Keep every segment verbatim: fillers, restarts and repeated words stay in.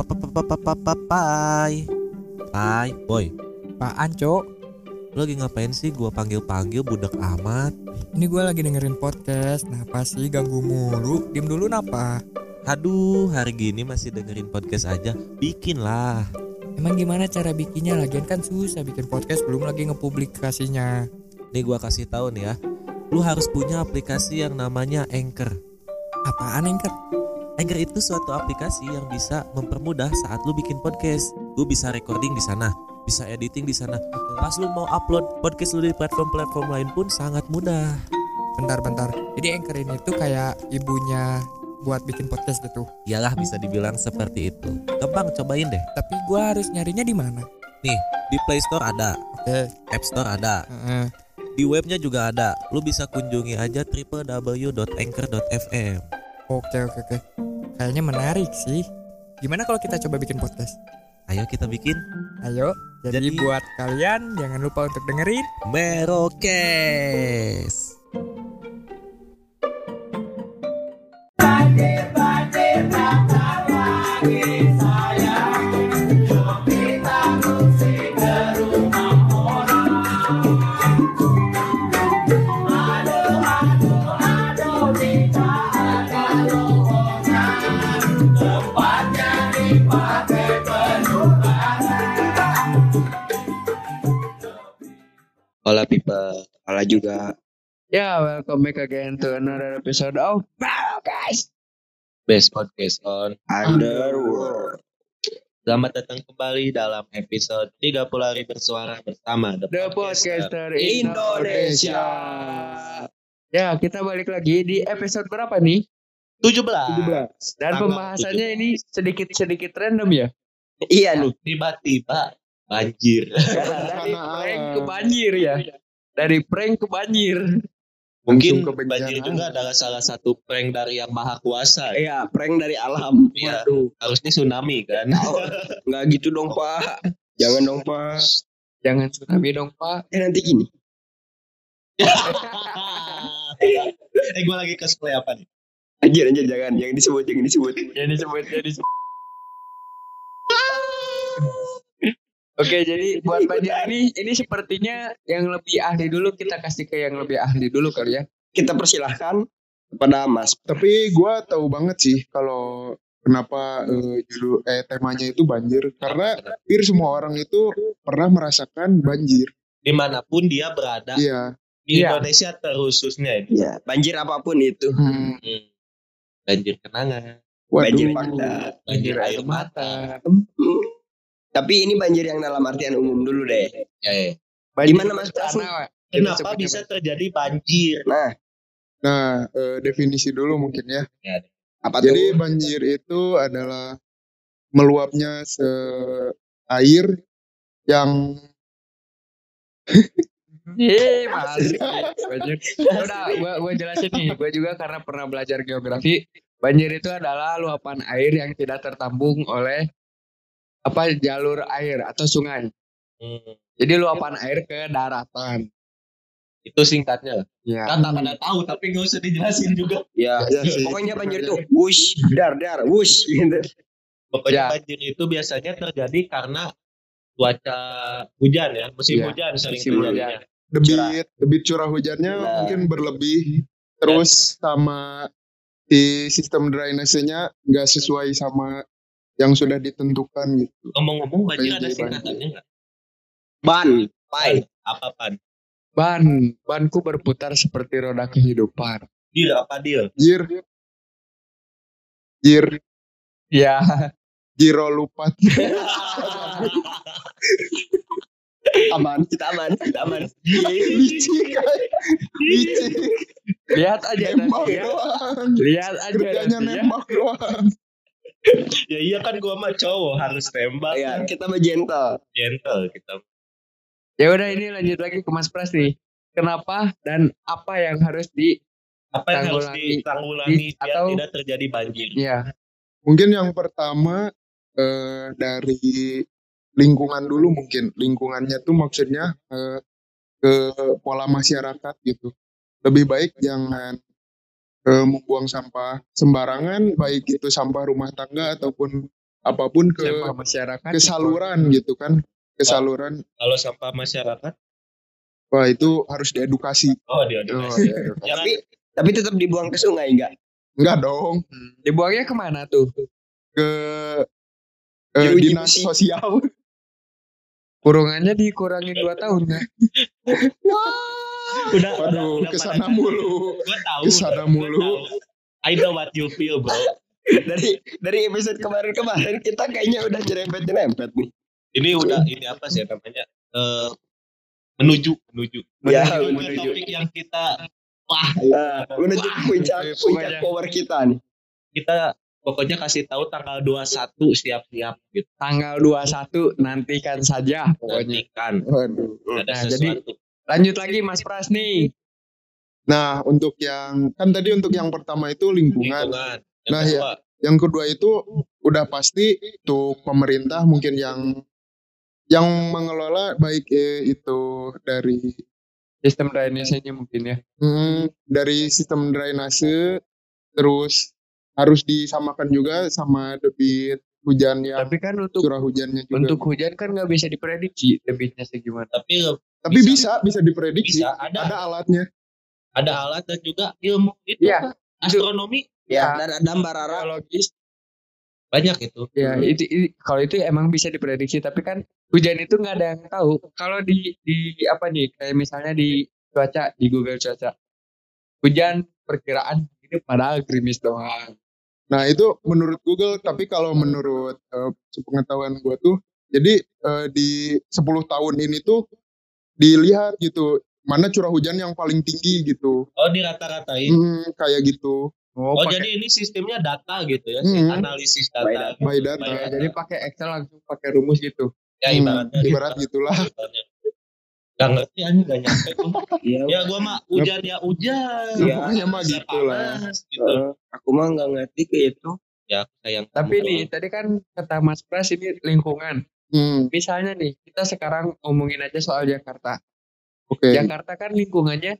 Pai, Pai, boy. Apaan, Cok? Lu lagi ngapain sih? Gua panggil-panggil budak amat. Ini gue lagi dengerin podcast. Napa sih ganggu mulu? Diem dulu napa? Aduh, hari gini masih dengerin podcast aja. Bikin lah. Emang gimana cara bikinnya? Lagian kan susah bikin podcast, belum lagi ngepublikasinya. Nih gua kasih tahu nih ya. Lu harus punya aplikasi yang namanya Anchor. Apaan, Anchor? Anchor itu suatu aplikasi yang bisa mempermudah saat lu bikin podcast. Lu bisa recording di sana, bisa editing di sana. Pas lu mau upload podcast lu di platform-platform lain pun sangat mudah. Bentar-bentar. Jadi Anchor ini tuh kayak ibunya buat bikin podcast gitu. Iyalah, bisa dibilang seperti itu. Gampang, cobain deh. Tapi gue harus nyarinya di mana? Nih, di Play Store ada, Oke. App Store ada, Heeh. di webnya juga ada. Lu bisa kunjungi aja w w w dot anchor dot f m. Oke, oke, oke. Kayaknya menarik sih. Gimana kalau kita coba bikin podcast? Ayo kita bikin Ayo. Jadi, Jadi- buat kalian jangan lupa untuk dengerin. Merokes. Hola people, hola juga. Ya, welcome back again to another episode of Wow guys. Best podcast on Underworld. Selamat datang kembali dalam episode tiga puluh hari bersuara bersama The, The Podcaster. Podcaster Indonesia. Ya, kita balik lagi di episode berapa nih? tujuh belas. Dan Tanggal pembahasannya ini sedikit-sedikit random ya. Iya nih. Tiba-tiba banjir. Dari prank ke banjir ya. Dari prank ke banjir. Mungkin Langsung ke bencana. banjir juga adalah salah satu prank dari yang maha kuasa. Iya, prank dari alam. Iya. Waduh. Harusnya tsunami kan. Oh, nggak gitu dong Pak. Jangan dong Pak. Jangan tsunami dong, Pak. Eh nanti gini. Eh, gue lagi cosplay apa nih? Anjir anjir jangan, jangan disebut, jangan disebut. Jadi sebut jadi sebut. Oke, jadi buat banjir ini ini sepertinya yang lebih ahli dulu, kita kasih ke yang lebih ahli dulu kali ya. Kita persilahkan kepada Mas. Tapi gue tahu banget sih kalau kenapa eh, judul eh temanya itu banjir, karena hampir semua orang itu pernah merasakan banjir. Dimanapun dia berada Iya. di Iya. Indonesia terkhususnya itu. Ya, banjir apapun itu. Hmm. Hmm. Banjir kenangan, Banjir Waduh. fakta. banjir air mata. Hmm. Tapi ini banjir yang dalam artian umum dulu deh. Ya, ya. Banjir Gimana, Mas Pras? karena Kenapa disebutnya bisa terjadi banjir? Nah, Nah, eh, definisi dulu mungkin ya. apa Jadi tuh? banjir itu adalah meluapnya se- air yang Iya, masih banjir. Udah, gua gua jelasin nih. Gua juga karena pernah belajar geografi. Banjir itu adalah luapan air yang tidak tertampung oleh apa jalur air atau sungai. Hmm. Jadi luapan air ke daratan. Itu singkatnya. Ya. Kan tak pada tahu, tapi nggak usah dijelasin juga. Ya, Ya sih. pokoknya banjir tuh wush, dar dar, wush gitu. Pokoknya Ya. banjir itu biasanya terjadi karena cuaca hujan ya, musim Ya, hujan sering musim terjadi. hujan. debit debit curah hujannya Nah. mungkin berlebih, terus sama di sistem drainasenya nggak sesuai sama yang sudah ditentukan gitu. Ngomong-ngomong, banjir ada Banjir, singkatannya nggak? Ban, pai. Apa pan? Ban, banku berputar seperti roda kehidupan. Deal apa deal? Jir, jir, Ya. jiro lupat. Aman, kita aman, kita aman. Licik, kan? Licik. Lihat aja Nembak nanti ya. doang. Lihat aja Kerjanya nanti ya. nembak doang. Ya iya kan gua mah cowok harus tembak. Ya, kita mah gentle. Gentle kita. Ya udah, ini lanjut lagi ke Mas Pras nih. Kenapa dan apa yang harus di Apa yang harus Tanggulangi. ditanggulangi Di- biar atau- tidak terjadi banjir? ya Mungkin yang pertama eh, dari lingkungan dulu mungkin. Lingkungannya tuh maksudnya eh, ke pola masyarakat gitu. Lebih baik jangan eh, membuang sampah sembarangan, baik itu sampah rumah tangga ataupun apapun ke Sampah masyarakat ke saluran gitu kan, ke saluran. Kalau sampah masyarakat, Wah itu harus diedukasi. oh dia Oh, edukasi. iya. Jangan Tapi tapi tetap dibuang ke sungai enggak? Enggak dong, Dibuangnya kemana tuh? ke eh, Jeruji dinas besi. sosial. Kurungannya dikurangin dua tahun kan? udah Waduh, udah kesana pada- mulu. Gua tahu. Kesana gua mulu. tahu. I know what you feel, bro. Dari dari episode kemarin-kemarin kita kayaknya udah nyerempet-nyerempet nih. Ini udah ini apa sih namanya? Eh menuju menuju Ya, menuju, ke menuju. topik yang kita wah Nah, menuju Wah, puncak eh, puncak pokoknya. power kita nih. kita pokoknya kasih tahu tanggal dua puluh satu siap-siap gitu. Tanggal dua puluh satu nantikan saja pokoknya. Nantikan Waduh. ada Nah, jadi- sesuatu. Lanjut lagi Mas Pras nih. Nah, untuk yang kan tadi untuk yang pertama itu lingkungan. Lingkungan. Yang Nah, kedua, Yang kedua itu udah pasti untuk pemerintah mungkin yang yang mengelola baik eh, itu dari Sistem drainasenya mungkin ya. hmm, dari sistem drainase, terus harus disamakan juga sama debit hujan yang Tapi kan untuk curah hujannya juga. untuk hujan kan nggak bisa diprediksi debitnya segimana. tapi Tapi bisa bisa, diprediksi. bisa ada Ada alatnya. ada alat dan juga ilmu itu Iya. Pak. Astronomi Ya, dan ada Barara. Geologis banyak itu. ya itu, itu- kalau itu emang bisa diprediksi tapi kan hujan itu nggak ada yang tahu. Kalau di di apa nih kayak misalnya di cuaca di Google cuaca hujan perkiraan ini padahal gerimis doang. Nah, itu menurut Google, tapi kalau menurut eh, sepengetahuan gua tuh jadi eh, di sepuluh tahun ini tuh dilihat gitu mana curah hujan yang paling tinggi gitu. Oh dirata-ratain. Hmm, kayak gitu. Oh, Oh pakai- jadi ini sistemnya data gitu ya, Hmm. analisis data. By data. By data. ya, jadi pakai Excel langsung pakai rumus gitu. Ya Hmm, ibaratnya. ibarat gitulah. Ibaratnya. Gak ngerti aja gak nyampe tuh. Iya. Ya gua mah hujan ya hujan. Iya, pokoknya mah Panas, gitu lah. panas, gitu. Eh, aku mah nggak ngerti kayak itu. Ya sayang. Tapi nih tadi kan kata Mas Pras ini lingkungan. Hmm, Misalnya nih kita sekarang ngomongin aja soal Jakarta. oke. Jakarta kan lingkungannya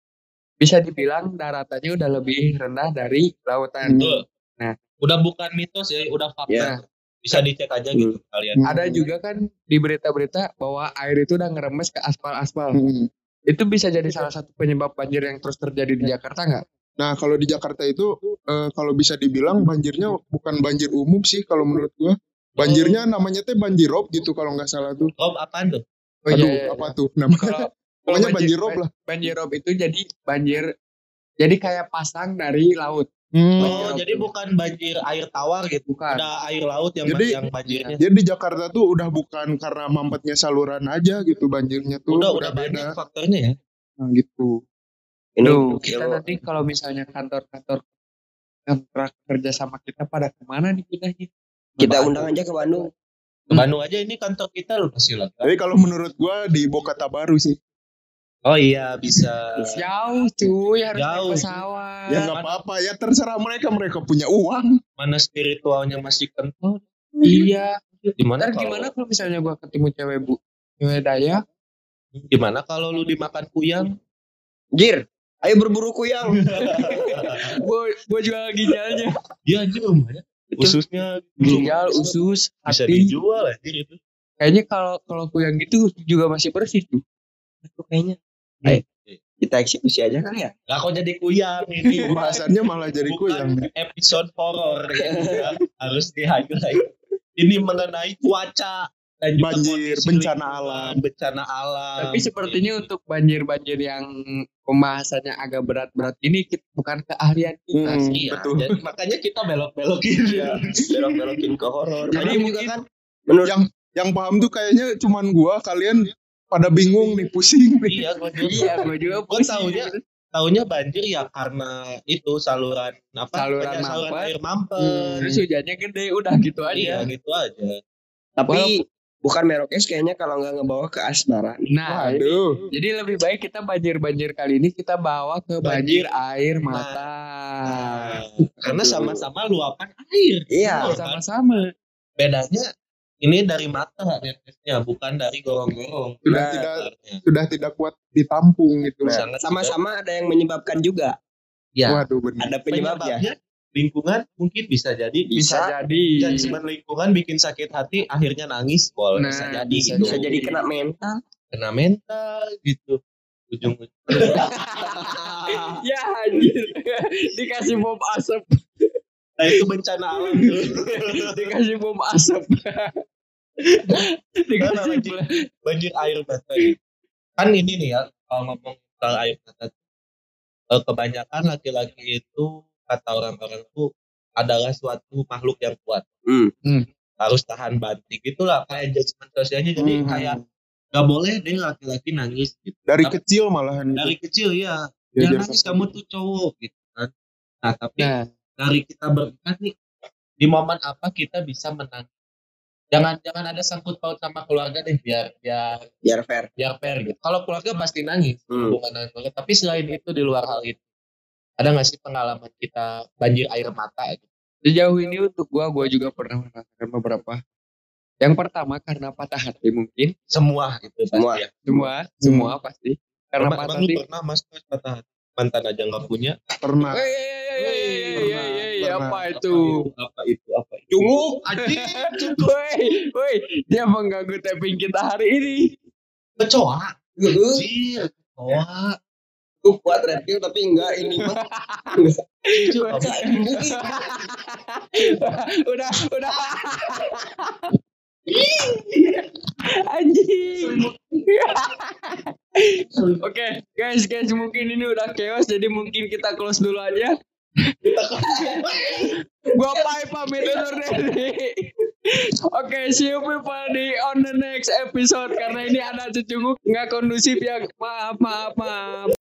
bisa dibilang daratannya udah lebih rendah dari lautan. Betul. Nah. Udah bukan mitos ya, udah fakta. Ya. Bisa dicek aja gitu kalian. Hmm. Ada juga kan di berita-berita bahwa air itu udah ngeremes ke aspal-aspal. Hmm. Itu bisa jadi salah satu penyebab banjir yang terus terjadi di Jakarta nggak? Nah, kalau di Jakarta itu eh, kalau bisa dibilang banjirnya bukan banjir umum sih kalau menurut gua. Banjirnya namanya teh banjirop gitu kalau nggak salah tuh. Oh apaan tuh? Oh, Aduh, iya, iya, apa iya. tuh namanya? Kalau Pokoknya kalau banjirop lah. Banjirop itu jadi banjir, jadi kayak pasang dari laut. Hmm. Oh jadi bukan banjir air tawar gitu. Bukan. Ada air laut yang Jadi- yang banjirnya. Jadi di Jakarta tuh udah bukan karena mampetnya saluran aja gitu banjirnya tuh Udah udah, udah banyak beda. faktornya ya. Nah, gitu. Ini Tuh, kita ilmu. nanti kalau misalnya kantor-kantor kontrak kerja sama kita pada kemana nih pindahnya? Kita undang aja ke Bandung. Ke Bandung aja ini kantor kita loh pasti lah. Tapi kalau menurut gua di Bokata Baru sih. Oh iya bisa. Jauh cuy, harus Jauh. naik pesawat. Ya nggak apa-apa ya terserah mereka mereka punya uang. Mana spiritualnya masih kental. Iya. Gimana Ntar kalau gimana kalau misalnya gua ketemu cewek bu, cewek Dayak? gimana kalau lu dimakan kuyang? Jir, ayo berburu kuyang. Gua gua jual ginjalnya. Iya anjir lumayan. Ususnya Ginjal, usus, bisa hati. dijual anjir itu. Kayaknya kalau kalau kuyang gitu juga masih bersih tuh. Itu kayaknya. Hmm. Kita eksekusi aja kali ya. Lah kok jadi kuyang ini? Bahasannya malah jadi kuyang. Bukan episode horor ya. Harus di highlight. Ini mengenai cuaca dan juga Banjir, kondisi bencana lingkungan, alam. bencana alam. Tapi sepertinya untuk banjir-banjir yang pembahasannya agak berat-berat ini kita, bukan keahlian kita Hmm, sih. Iya, betul. jadi makanya kita belok-belokin ya. Belok-belokin ke horor. Jadi Padahal juga mungkin- kan menurut Yang yang paham tuh kayaknya cuman gua, kalian pada bingung nih, pusing nih. Iya, gua juga. Iya, gue juga Gua pusing. taunya Taunya banjir ya karena itu saluran apa? Saluran banyak saluran mampet. air mampet. Hmm. Terus hujannya gede, udah gitu Iya, aja. gitu aja. tapi bukan Merokes kayaknya kalau nggak ngebawa ke asmara. Nah, Waduh. jadi lebih baik kita banjir-banjir kali ini kita bawa ke banjir, air mata. Nah, karena sama-sama luapan air. Iya. Betul kan? Sama-sama. Bedanya ini dari mata netesnya, bukan dari gorong-gorong. Sudah Nah, tidak Sebenarnya. sudah tidak kuat ditampung gitu. Nah, Sangat sama-sama ada yang menyebabkan juga. Ya. Waduh benar. Ada penyebabnya. Penyebabnya lingkungan mungkin bisa jadi Bisa, jadi. judgement lingkungan bikin sakit hati akhirnya nangis boleh Nah, bisa jadi bisa gitu. Bisa jadi kena mental. kena mental gitu ujung Ya anjir. Dikasih bom asap. nah itu bencana alam tuh. Dikasih bom asap. Karena Dikasih banjir, banjir air mata kan ini nih ya kalau ngomong soal air mata eh, kebanyakan laki-laki itu kata orang-orang tuh adalah suatu makhluk yang kuat. Hmm. Hmm. Harus tahan banting itulah kayak judgement sosialnya jadi Hmm. kayak gak boleh deh laki-laki nangis gitu. Dari Tapi kecil malahan dari kecil ya Diajar jangan nangis kamu tuh cowok gitu kan. Nah tapi Nah, dari kita berangkat nih di momen apa kita bisa menang. Jangan jangan ada sangkut paut sama keluarga deh biar biar Biar fair. biar fair gitu. Kalau keluarga pasti nangis Hmm. hubungan dengan keluarga. Tapi selain itu di luar hal itu ada nggak sih pengalaman kita banjir air mata gitu? sejauh ini untuk gua, gua juga pernah merasakan beberapa. Yang pertama karena patah hati mungkin. Semua gitu Semua. pasti ya. Semua, semua pasti. Karena Emang, patah emang lu hati. pernah mas mas patah hati mantan aja nggak punya pernah. Wey, wey, wey, wey, wey, Pernah, wey, wey, pernah. apa itu? apa itu apa itu Cunguk. anjing Woi, woi, dia mengganggu tapping kita hari ini. kecoa Heeh. anjir kecoa Gue kuat reptil tapi enggak ini mah. Baca mungkin. udah, udah. Anjing. Oke, guys, guys, mungkin ini udah chaos, jadi mungkin kita close dulu aja. Gua Pai pamit undur diri. Oke, see you people di on the next episode karena ini ada cecunguk nggak kondusif ya. Maaf, maaf, maaf.